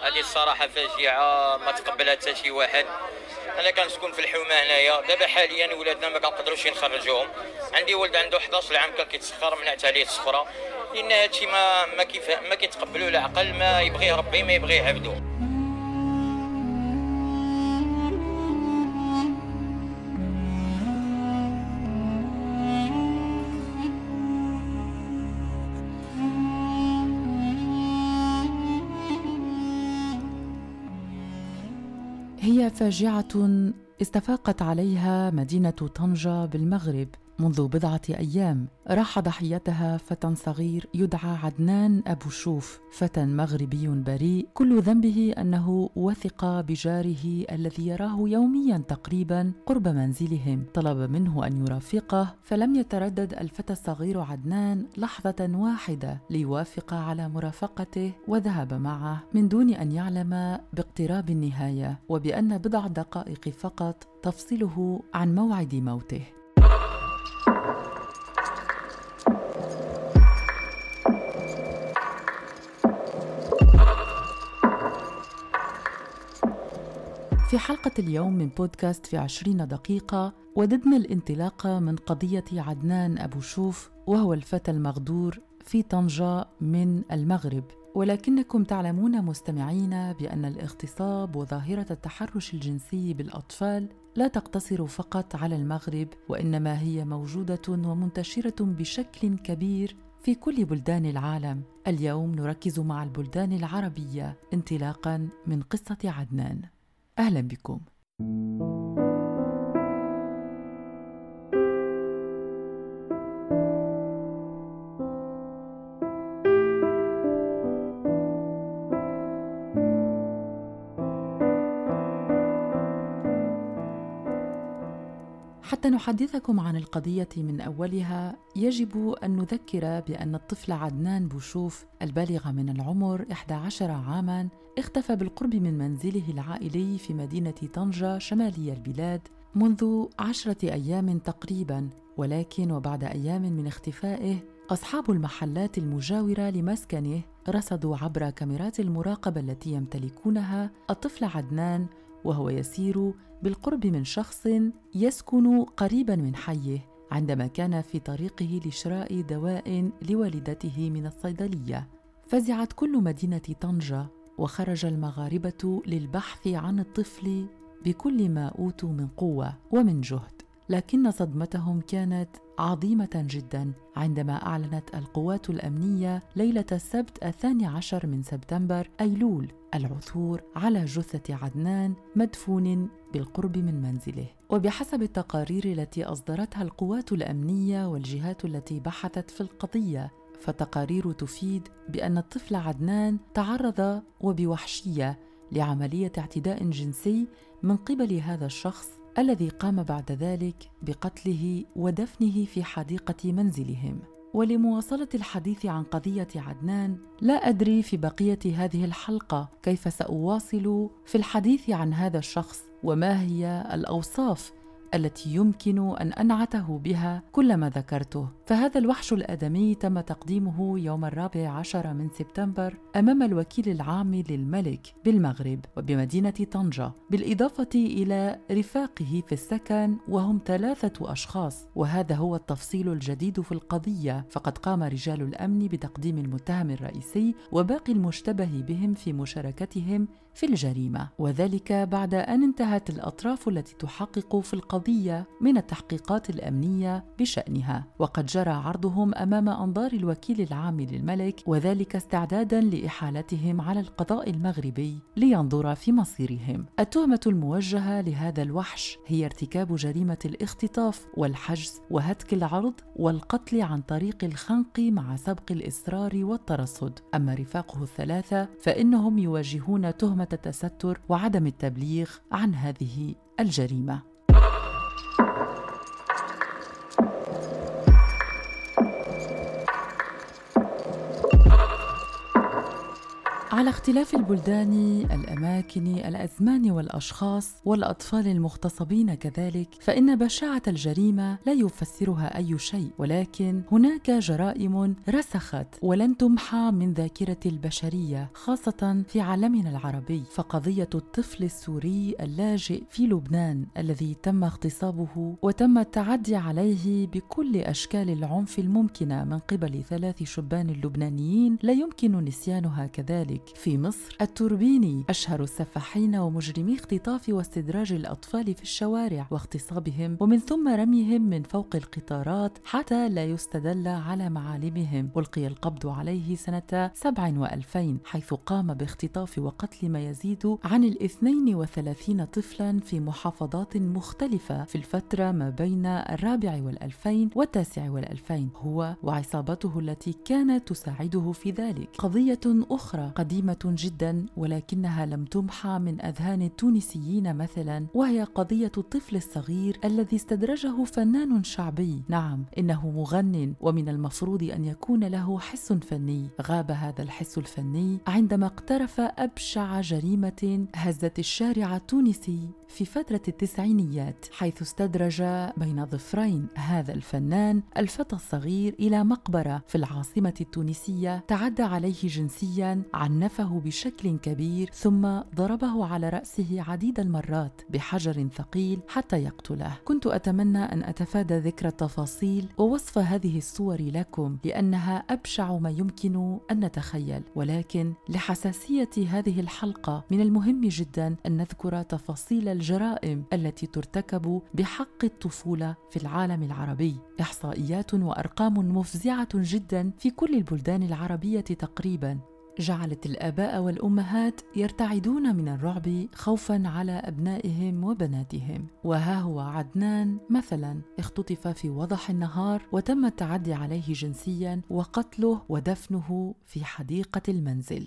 هذه الصراحه فاجعه ما تقبلها حتى شي واحد. انا كنسكن في الحومه هنايا، دابا حاليا ولادنا ما كنقدروش نخرجوهم. عندي ولد عنده 11 عام كان كيتسخر، منعت عليه السفره لان هادشي ما كيتقبلوه العقل، ما يبغيه ربي ما يبغيه عبده. هي فاجعة استفاقت عليها مدينة طنجة بالمغرب منذ بضعة أيام. راح ضحيتها فتى صغير يدعى عدنان أبو شوف، فتى مغربي بريء كل ذنبه أنه وثق بجاره الذي يراه يوميا تقريبا قرب منزلهم. طلب منه أن يرافقه، فلم يتردد الفتى الصغير عدنان لحظة واحدة ليوافق على مرافقته، وذهب معه من دون أن يعلم باقتراب النهاية، وبأن بضع دقائق فقط تفصله عن موعد موته. في حلقة اليوم من بودكاست في 20 دقيقة وددنا الانطلاق من قضية عدنان أبو شوف، وهو الفتى المغدور في طنجة من المغرب. ولكنكم تعلمون مستمعين بأن الاغتصاب وظاهرة التحرش الجنسي بالأطفال لا تقتصر فقط على المغرب، وإنما هي موجودة ومنتشرة بشكل كبير في كل بلدان العالم. اليوم نركز مع البلدان العربية انطلاقاً من قصة عدنان. أهلا بكم. حتى نحدثكم عن القضية من أولها، يجب أن نذكر بأن الطفل عدنان بوشوف البالغ من العمر 11 عاماً اختفى بالقرب من منزله العائلي في مدينة طنجة شمالي البلاد منذ 10 أيام تقريباً. ولكن وبعد أيام من اختفائه، أصحاب المحلات المجاورة لمسكنه رصدوا عبر كاميرات المراقبة التي يمتلكونها الطفل عدنان وهو يسير بالقرب من شخص يسكن قريباً من حيه، عندما كان في طريقه لشراء دواء لوالدته من الصيدلية. فزعت كل مدينة طنجة، وخرج المغاربة للبحث عن الطفل بكل ما أوتوا من قوة ومن جهد. لكن صدمتهم كانت عظيمة جداً عندما أعلنت القوات الأمنية ليلة السبت 12 من سبتمبر أيلول العثور على جثة عدنان مدفون بالقرب من منزله. وبحسب التقارير التي أصدرتها القوات الأمنية والجهات التي بحثت في القضية، فتقارير تفيد بأن الطفل عدنان تعرض وبوحشية لعملية اعتداء جنسي من قبل هذا الشخص، الذي قام بعد ذلك بقتله ودفنه في حديقة منزلهم. ولمواصلة الحديث عن قضية عدنان، لا أدري في بقية هذه الحلقة كيف سأواصل في الحديث عن هذا الشخص، وما هي الأوصاف التي يمكن أن أنعته بها كلما ذكرته. فهذا الوحش الآدمي تم تقديمه يوم 14 من سبتمبر أمام الوكيل العام للملك بالمغرب وبمدينة طنجة، بالإضافة إلى رفاقه في السكن، وهم 3 أشخاص. وهذا هو التفصيل الجديد في القضية، فقد قام رجال الأمن بتقديم المتهم الرئيسي وباقي المشتبه بهم في مشاركتهم في الجريمة، وذلك بعد أن انتهت الأطراف التي تحقق في القضية من التحقيقات الأمنية بشأنها، وقد جرى عرضهم أمام أنظار الوكيل العام للملك، وذلك استعداداً لإحالتهم على القضاء المغربي لينظر في مصيرهم. التهمة الموجهة لهذا الوحش هي ارتكاب جريمة الاختطاف والحجز وهتك العرض والقتل عن طريق الخنق مع سبق الإصرار والترصد. أما رفاقه 3 فإنهم يواجهون تهمة التستر وعدم التبليغ عن هذه الجريمة. على اختلاف البلدان، الأماكن، الأزمان والأشخاص والأطفال المغتصبين كذلك، فإن بشاعة الجريمة لا يفسرها أي شيء، ولكن هناك جرائم رسخت ولن تمحى من ذاكرة البشرية، خاصة في عالمنا العربي. فقضية الطفل السوري اللاجئ في لبنان الذي تم اغتصابه وتم التعدي عليه بكل أشكال العنف الممكنة من قبل 3 شبان لبنانيين لا يمكن نسيانها كذلك. في مصر التوربيني أشهر السفاحين ومجرمي اختطاف واستدراج الأطفال في الشوارع واغتصابهم ومن ثم رميهم من فوق القطارات حتى لا يستدل على معالمهم. ألقي القبض عليه سنة 2007 حيث قام باختطاف وقتل ما يزيد عن 32 طفلا في محافظات مختلفة في الفترة ما بين 2004 و2000 و2009 و2000، هو وعصابته التي كانت تساعده في ذلك. قضية أخرى قديمة جدا ولكنها لم تمحى من أذهان التونسيين مثلا، وهي قضية الطفل الصغير الذي استدرجه فنان شعبي. نعم، إنه مغن ومن المفروض أن يكون له حس فني. غاب هذا الحس الفني عندما اقترف أبشع جريمة هزت الشارع التونسي في فترة التسعينيات، حيث استدرج بين ظفرين هذا الفنان الفتى الصغير إلى مقبرة في العاصمة التونسية، تعدى عليه جنسيا، عنفه بشكل كبير، ثم ضربه على رأسه عديد المرات بحجر ثقيل حتى يقتله. كنت أتمنى أن أتفادى ذكر التفاصيل ووصف هذه الصور لكم لأنها أبشع ما يمكن أن نتخيل، ولكن لحساسية هذه الحلقة من المهم جدا أن نذكر تفاصيل الجرائم التي ترتكب بحق الطفولة في العالم العربي. إحصائيات وأرقام مفزعة جدا في كل البلدان العربية تقريبا جعلت الآباء والأمهات يرتعدون من الرعب خوفا على أبنائهم وبناتهم. وها هو عدنان مثلا اختطف في وضح النهار وتم التعدي عليه جنسيا وقتله ودفنه في حديقة المنزل.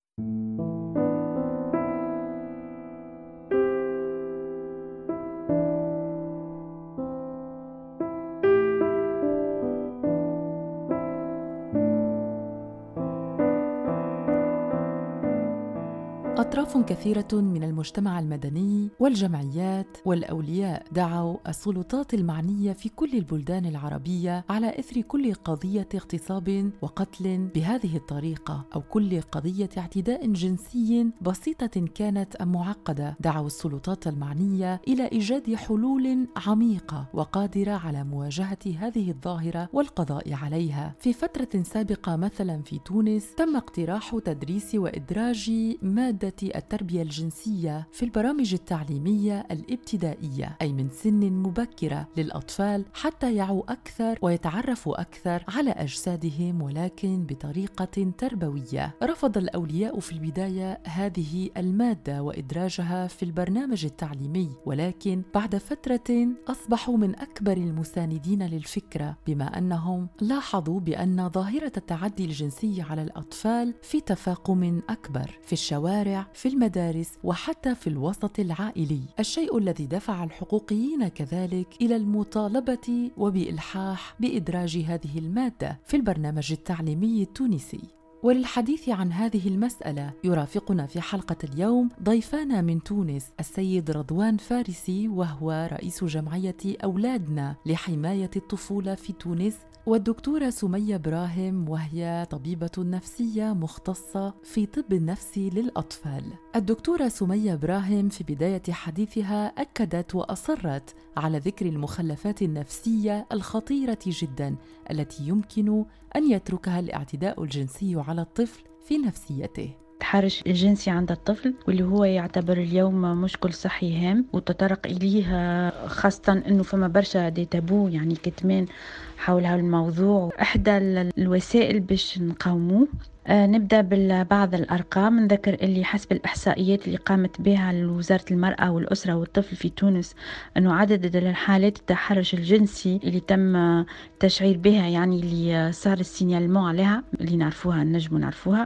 أطراف كثيرة من المجتمع المدني والجمعيات والأولياء دعوا السلطات المعنية في كل البلدان العربية على إثر كل قضية اغتصاب وقتل بهذه الطريقة أو كل قضية اعتداء جنسي بسيطة كانت أم معقدة. دعوا السلطات المعنية إلى إيجاد حلول عميقة وقادرة على مواجهة هذه الظاهرة والقضاء عليها. في فترة سابقة مثلا في تونس تم اقتراح تدريس وإدراج مادة التربية الجنسية في البرامج التعليمية الابتدائية، أي من سن مبكرة للأطفال حتى يعوا أكثر ويتعرفوا أكثر على أجسادهم ولكن بطريقة تربوية. رفض الأولياء في البداية هذه المادة وإدراجها في البرنامج التعليمي، ولكن بعد فترة أصبحوا من أكبر المساندين للفكرة، بما أنهم لاحظوا بأن ظاهرة التعدي الجنسي على الأطفال في تفاقم أكبر في الشوارع، في المدارس وحتى في الوسط العائلي، الشيء الذي دفع الحقوقيين كذلك إلى المطالبة وبإلحاح بإدراج هذه المادة في البرنامج التعليمي التونسي. وللحديث عن هذه المسألة يرافقنا في حلقة اليوم ضيفانا من تونس، السيد رضوان فارسي وهو رئيس جمعية أولادنا لحماية الطفولة في تونس، والدكتورة سمية براهم وهي طبيبة نفسية مختصة في طب النفسي للأطفال. الدكتورة سمية براهم في بداية حديثها أكدت وأصرت على ذكر المخلفات النفسية الخطيرة جدا التي يمكن أن يتركها الاعتداء الجنسي على الطفل في نفسيته. التحرش الجنسي عند الطفل واللي هو يعتبر اليوم مشكل صحي هام وتطرق إليه، خاصة أنه فما برشا دي تابو يعني كتمان حول هذا الموضوع. إحدى الوسائل باش نقاوموه نبدأ ببعض الأرقام. نذكر اللي حسب الإحصائيات اللي قامت بها وزارة المرأة والأسرة والطفل في تونس أنه عدد الحالات التحرش الجنسي اللي تم تشعير بها، يعني اللي صار السينيالمون عليها اللي نعرفوها نجم نعرفوها،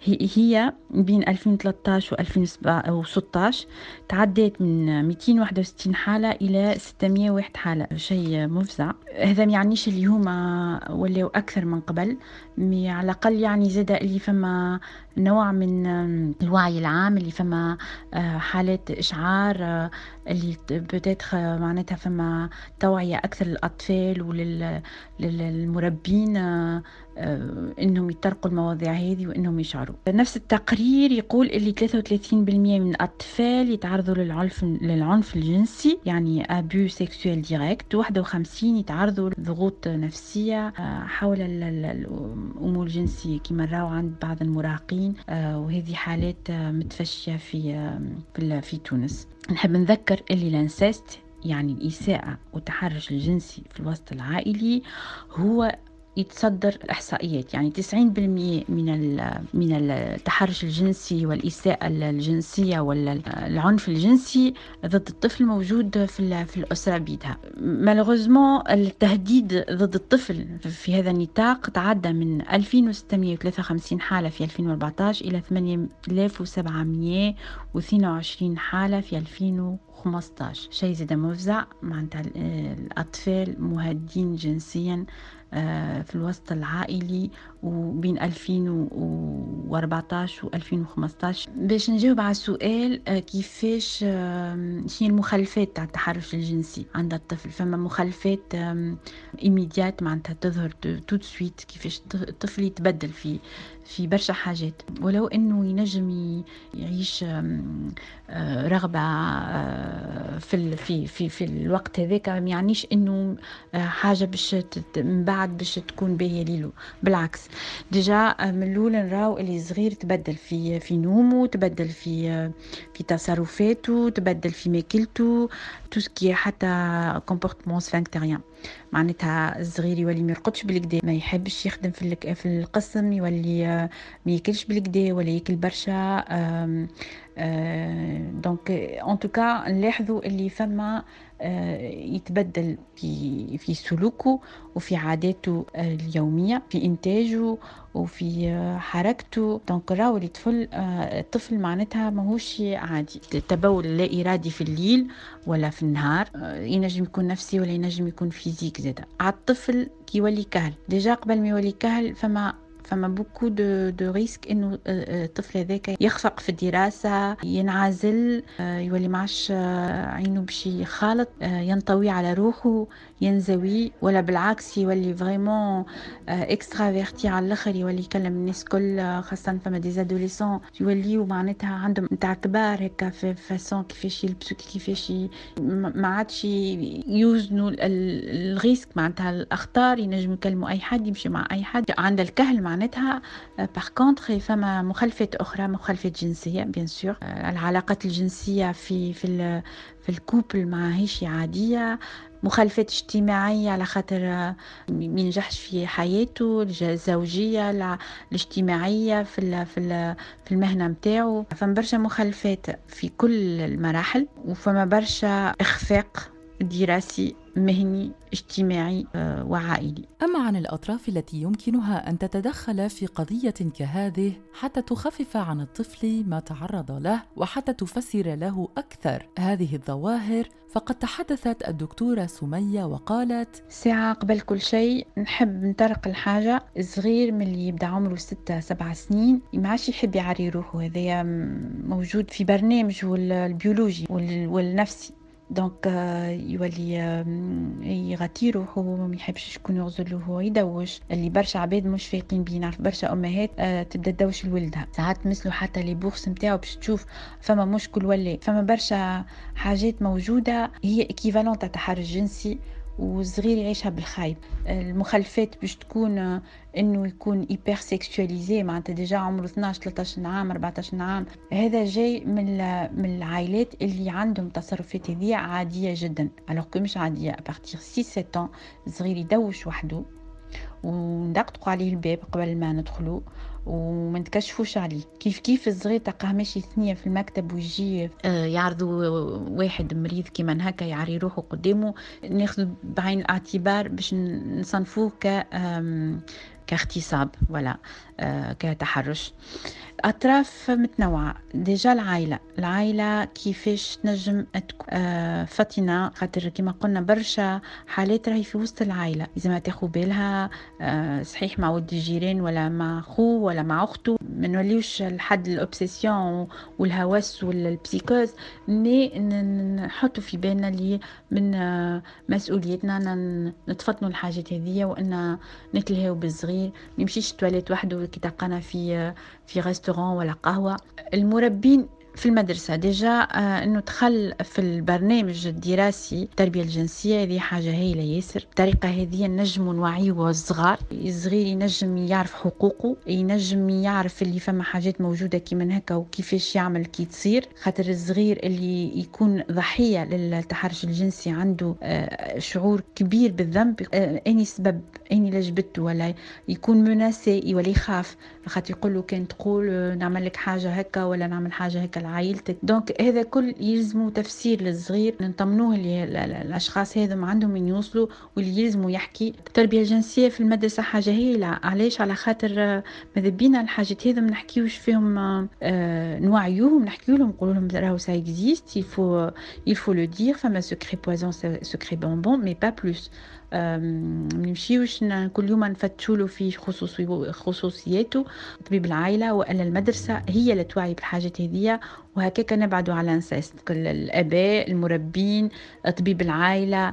هي بين 2013 و2016 تعديت من 261 حالة إلى 601 حالة، شيء مفزع. هذا ما يعنيش اللي هما ولاو أكثر من قبل، على الأقل يعني زاد اللي فما نوع من الوعي العام اللي فما حالات إشعار اللي بتدخل معناتها فما توعية أكثر للأطفال وللمربين إنهم يطرقوا المواضيع هذه وإنهم يشعروا. نفس التقرير يقول اللي 33% من الأطفال يتعرضوا للعنف الجنسي يعني أبو سيكسوال ديريكت، 51 يتعرضوا لضغوط نفسية حول الأمور الجنسية كما نراو عند بعض المراهقين، وهذه حالات متفشية في تونس. نحب نذكر اللي الانسست يعني الإساءة والتحرش الجنسي في الوسط العائلي هو يتصدر الإحصائيات، يعني 90% من التحرش الجنسي والإساءة الجنسية والعنف الجنسي ضد الطفل موجود في الأسرة بيدها. مالغوزمون التهديد ضد الطفل في هذا النطاق تعدى من 2653 حالة في 2014 إلى 8722 حالة في 2015. شيء زاد مفزع، معناتها الأطفال مهددين جنسيا في الوسط العائلي وبين 2014 و 2015. باش نجاوب على السؤال كيفاش شنو المخلفات تاع التحرش الجنسي عند الطفل، فما مخلفات إيميديات معناتها تظهر تو سويت كيفاش الطفل يتبدل في برشا حاجات، ولو انه ينجم يعيش رغبة في الوقت هذاك، ما يعنيش انه حاجة باش من بعد باش تكون باهية ليلو. بالعكس ديجا من الاول نراو اللي صغير تبدل في نومه، تبدل في تصرفاته، تبدل في ماكلته، تو سكي حتى كومبورتمون سفانكتيريان. معناتها الصغير يولي ما يرقدش بالكدا، ما يحبش يخدم في القسم، يولي ما ياكلش بالكدا ولا ياكل برشا. دونك ان توكا نلاحظوا اللي فما يتبدل في سلوكه وفي عاداته اليومية، في إنتاجه وفي حركته. دونك راو الطفل معناتها ماهوش عادي. التبول لا إرادي في الليل ولا في النهار ينجم يكون نفسي ولا ينجم يكون فيزيك زادا. على الطفل كي يولي كهل، ديجا قبل ما يولي كهل فما بوكو دو ريسك انه الطفل هذاك يخفق في الدراسة، ينعزل، يولي معش عينه باش يخالط، ينطوي على روحه، ينزوي، ولا بالعكس يولي فريمون اكسترافيرتي على الاخر، يولي يكلم الناس كل، خاصة فما دي ادوليسون يوليو معناتها عندهم نتاع كبار هكا في فاسون كيفاش يلبسوا، كيفاش ما عادش يوزنوا الريسك، معناتها الاخطار، ينجموا يكلموا اي حد، يمشي مع اي حد. عند الكهل معناتها باغ كونطخ فما مخالفات اخرى، مخالفات جنسيه بيان سور. العلاقات الجنسيه في الكوبل ماهيش عاديه، مخالفات اجتماعيه على خاطر ما ينجحش في حياته الزوجيه الاجتماعيه في المهنه نتاعو. فما برشا مخالفات في كل المراحل، وفما برشا اخفاق دراسي مهني اجتماعي وعائلي. أما عن الأطراف التي يمكنها أن تتدخل في قضية كهذه حتى تخفف عن الطفل ما تعرض له وحتى تفسر له أكثر هذه الظواهر، فقد تحدثت الدكتورة سمية وقالت: ساعة قبل كل شيء نحب نطرق الحاجة الصغير من اللي يبدأ عمره 6-7 سنين ما عادش يحب يعري روحه، هذا موجود في برنامج البيولوجي والنفسي. دونك يولي يغطي روحه، ما يحبش يكون يغزل له، هو يدوش. اللي برشا عباد مش فايقين بيه، نعرف برشا امهات تبدا تدوش لولدها، ساعات مثلوا حتى لي بورس نتاعو باش تشوف فما مشكل ولا فما برشا حاجات موجوده هي ايكيفالون تاع تحرش جنسي، والصغير يعيشها بالخايب. المخلفات باش تكون انه يكون ايبر سيكسواليزي، معناتها ديجا عمره 12-13 عام 14 عام، هذا جاي من العائلات اللي عندهم تصرفات هذه عاديه جدا، الوغ كو مش عاديه. ابارتير 6-7 ans الصغير يدوش وحده وندقدقوا عليه الباب قبل ما ندخلوا وما نتكشفوش عليه. كيف الصغير تلقاه ماشي ثنيه في المكتب ويجي يعرضوا واحد مريض كيما هكا يعري روحه قدامه، ناخذ بعين الاعتبار باش نصنفوه ك كاغتصاب ولا كتحرش. أطراف متنوعة. ديجا العائلة كيفاش تنجم تكون فطنة، خاطر كما قلنا برشا حالات راهي في وسط العائلة إذا ما تاخو بالها. صحيح مع ولد الجيران ولا مع خوه ولا مع أخته، ما نوليوش لحد الأوبسيسيون والهوس والبسيكوز، مي نحطوا في بالنا اللي من مسؤوليتنا نتفطنوا الحاجات هذه، وأن نتلهاو بالصغير، نمشيش تواليت وحده كي تلقانا في ريستوران ولا قهوة. المربين في المدرسة ديجا انه دخل في البرنامج الدراسي التربية الجنسية، هذه حاجة هايلة ياسر. الطريقة هذه نجم نوعيو الصغير ينجم يعرف حقوقه، ينجم يعرف اللي فما حاجات موجودة كيما هكا وكيفاش يعمل كي تصير. خاطر الصغير اللي يكون ضحية للتحرش الجنسي عنده شعور كبير بالذنب، اني سبب اني لجبته، ولا يكون مناسي ولا يخاف خاطر يقول له كان تقول نعمل لك حاجة هكا ولا نعمل حاجة هكا لعائلتك. دونك هذا كل يلزمه تفسير للصغير، نطمنوه اللي الأشخاص هذم عندهم من يوصلوا واللي يلزموا يحكي. التربية الجنسية في المدرسة حاجة هايلة. علاش؟ على خاطر ماذا بينا الحاجات هذم نحكيوش فيهم، نوعيوهم، نحكيو لهم، نقول لهم راهو ça existe, il faut le dire. فما secret poison secret bonbon mais pas plus. منمشيوش كل يوم نفتشوا له في خصوصياته. طبيب العائلة ولا المدرسة هي اللي توعي بالحاجات هذه، وهكاك نبعدوا على الانسيست. كل الآباء، المربين، طبيب العائلة،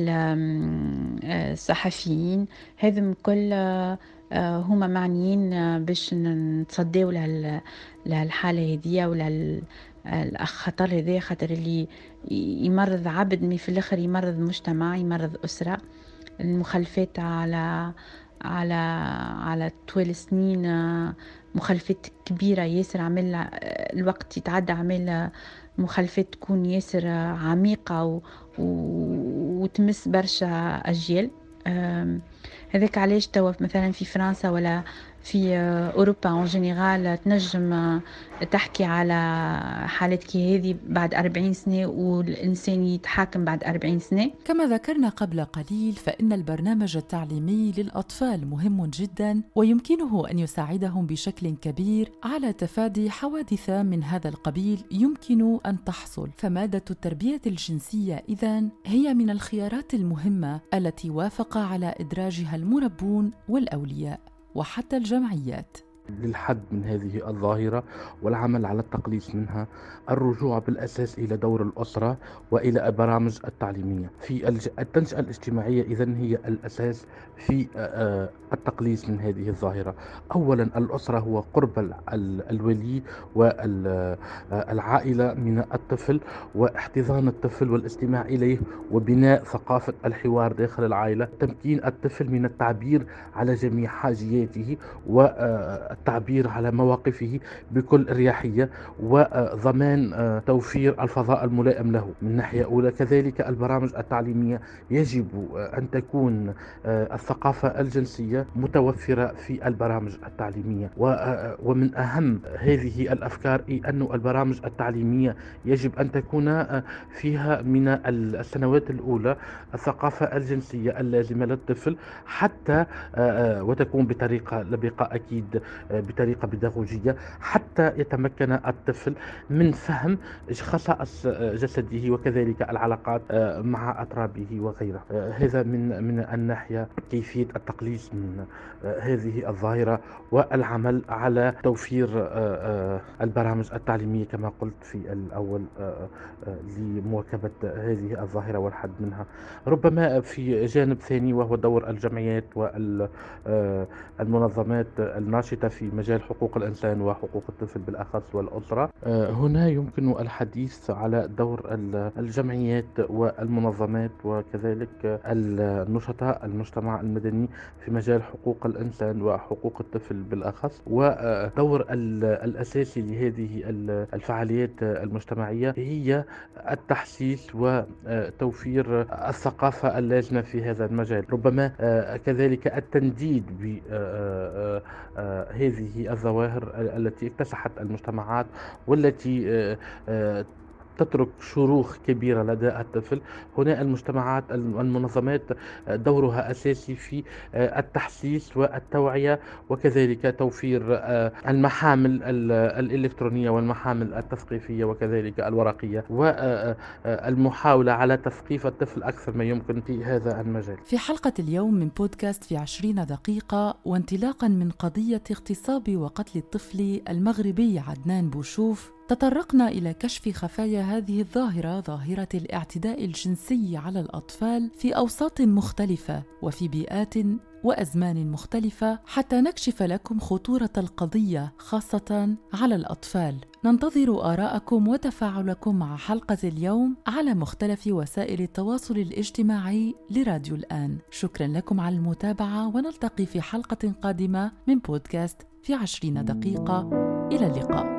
الصحفيين، هذم كل هما معنيين باش نتصداو للحالة هذه ولا الخطر هذا. خاطر اللي يمرض عبد مي في الاخر يمرض مجتمع، يمرض أسرة. المخلفات على طوال السنين مخلفات كبيرة ياسر، عمل الوقت يتعدى، عمل مخلفات تكون ياسر عميقة وتمس برشا أجيال. هذاك علاش توا مثلا في فرنسا ولا في أوروبا ان جينيرال تنجم تحكي على حالات كي هذه بعد 40 سنة والإنسان يتحاكم بعد 40 سنة. كما ذكرنا قبل قليل، فإن البرنامج التعليمي للأطفال مهم جدا، ويمكنه أن يساعدهم بشكل كبير على تفادي حوادث من هذا القبيل يمكن أن تحصل. فمادة التربية الجنسية إذن هي من الخيارات المهمة التي وافق على إدراجها المربون والأولياء وحتى الجمعيات. للحد من هذه الظاهرة والعمل على التقليص منها، الرجوع بالأساس إلى دور الأسرة وإلى البرامج التعليمية في التنشئة الاجتماعية. إذن هي الأساس في التقليص من هذه الظاهرة. أولا الأسرة هو قرب الولي والعائلة من الطفل، واحتضان الطفل والاستماع إليه، وبناء ثقافة الحوار داخل العائلة، تمكين الطفل من التعبير على جميع حاجياته والتعبير على مواقفه بكل اريحيه، وضمان توفير الفضاء الملائم له من ناحيه اولى. كذلك البرامج التعليميه يجب ان تكون الثقافه الجنسيه متوفره في البرامج التعليميه. ومن اهم هذه الافكار ان البرامج التعليميه يجب ان تكون فيها من السنوات الاولى الثقافه الجنسيه اللازمه للطفل، حتى وتكون بطريقه لبقه أكيد بطريقة بيداغوجية، حتى يتمكن الطفل من فهم خصائص جسده وكذلك العلاقات مع أطرابه وغيره. هذا من الناحية كيفية التقليص من هذه الظاهرة والعمل على توفير البرامج التعليمية كما قلت في الأول لمواكبة هذه الظاهرة والحد منها. ربما في جانب ثاني وهو دور الجمعيات والمنظمات الناشطة في مجال حقوق الإنسان وحقوق الطفل بالأخص والأسرة. هنا يمكن الحديث على دور الجمعيات والمنظمات وكذلك النشطاء المجتمع المدني في مجال حقوق الإنسان وحقوق الطفل بالأخص. ودور الأساسي لهذه الفعاليات المجتمعية هي التحسيس وتوفير الثقافة اللازمة في هذا المجال. ربما كذلك التنديد بهذه الظواهر التي اكتسحت المجتمعات والتي تترك شروخ كبيرة لدى الطفل. هنا المجتمعات المنظمات دورها أساسي في التحسيس والتوعية، وكذلك توفير المحامل الإلكترونية والمحامل التثقيفية وكذلك الورقية، والمحاولة على تثقيف الطفل أكثر ما يمكن في هذا المجال. في حلقة اليوم من بودكاست في 20 دقيقة، وانطلاقا من قضية اغتصاب وقتل الطفل المغربي عدنان بوشوف، تطرقنا إلى كشف خفايا هذه الظاهرة، ظاهرة الاعتداء الجنسي على الأطفال في أوساط مختلفة وفي بيئات وأزمان مختلفة، حتى نكشف لكم خطورة القضية خاصة على الأطفال. ننتظر آراءكم وتفاعلكم مع حلقة اليوم على مختلف وسائل التواصل الاجتماعي لراديو الآن. شكرا لكم على المتابعة، ونلتقي في حلقة قادمة من بودكاست في 20 دقيقة. إلى اللقاء.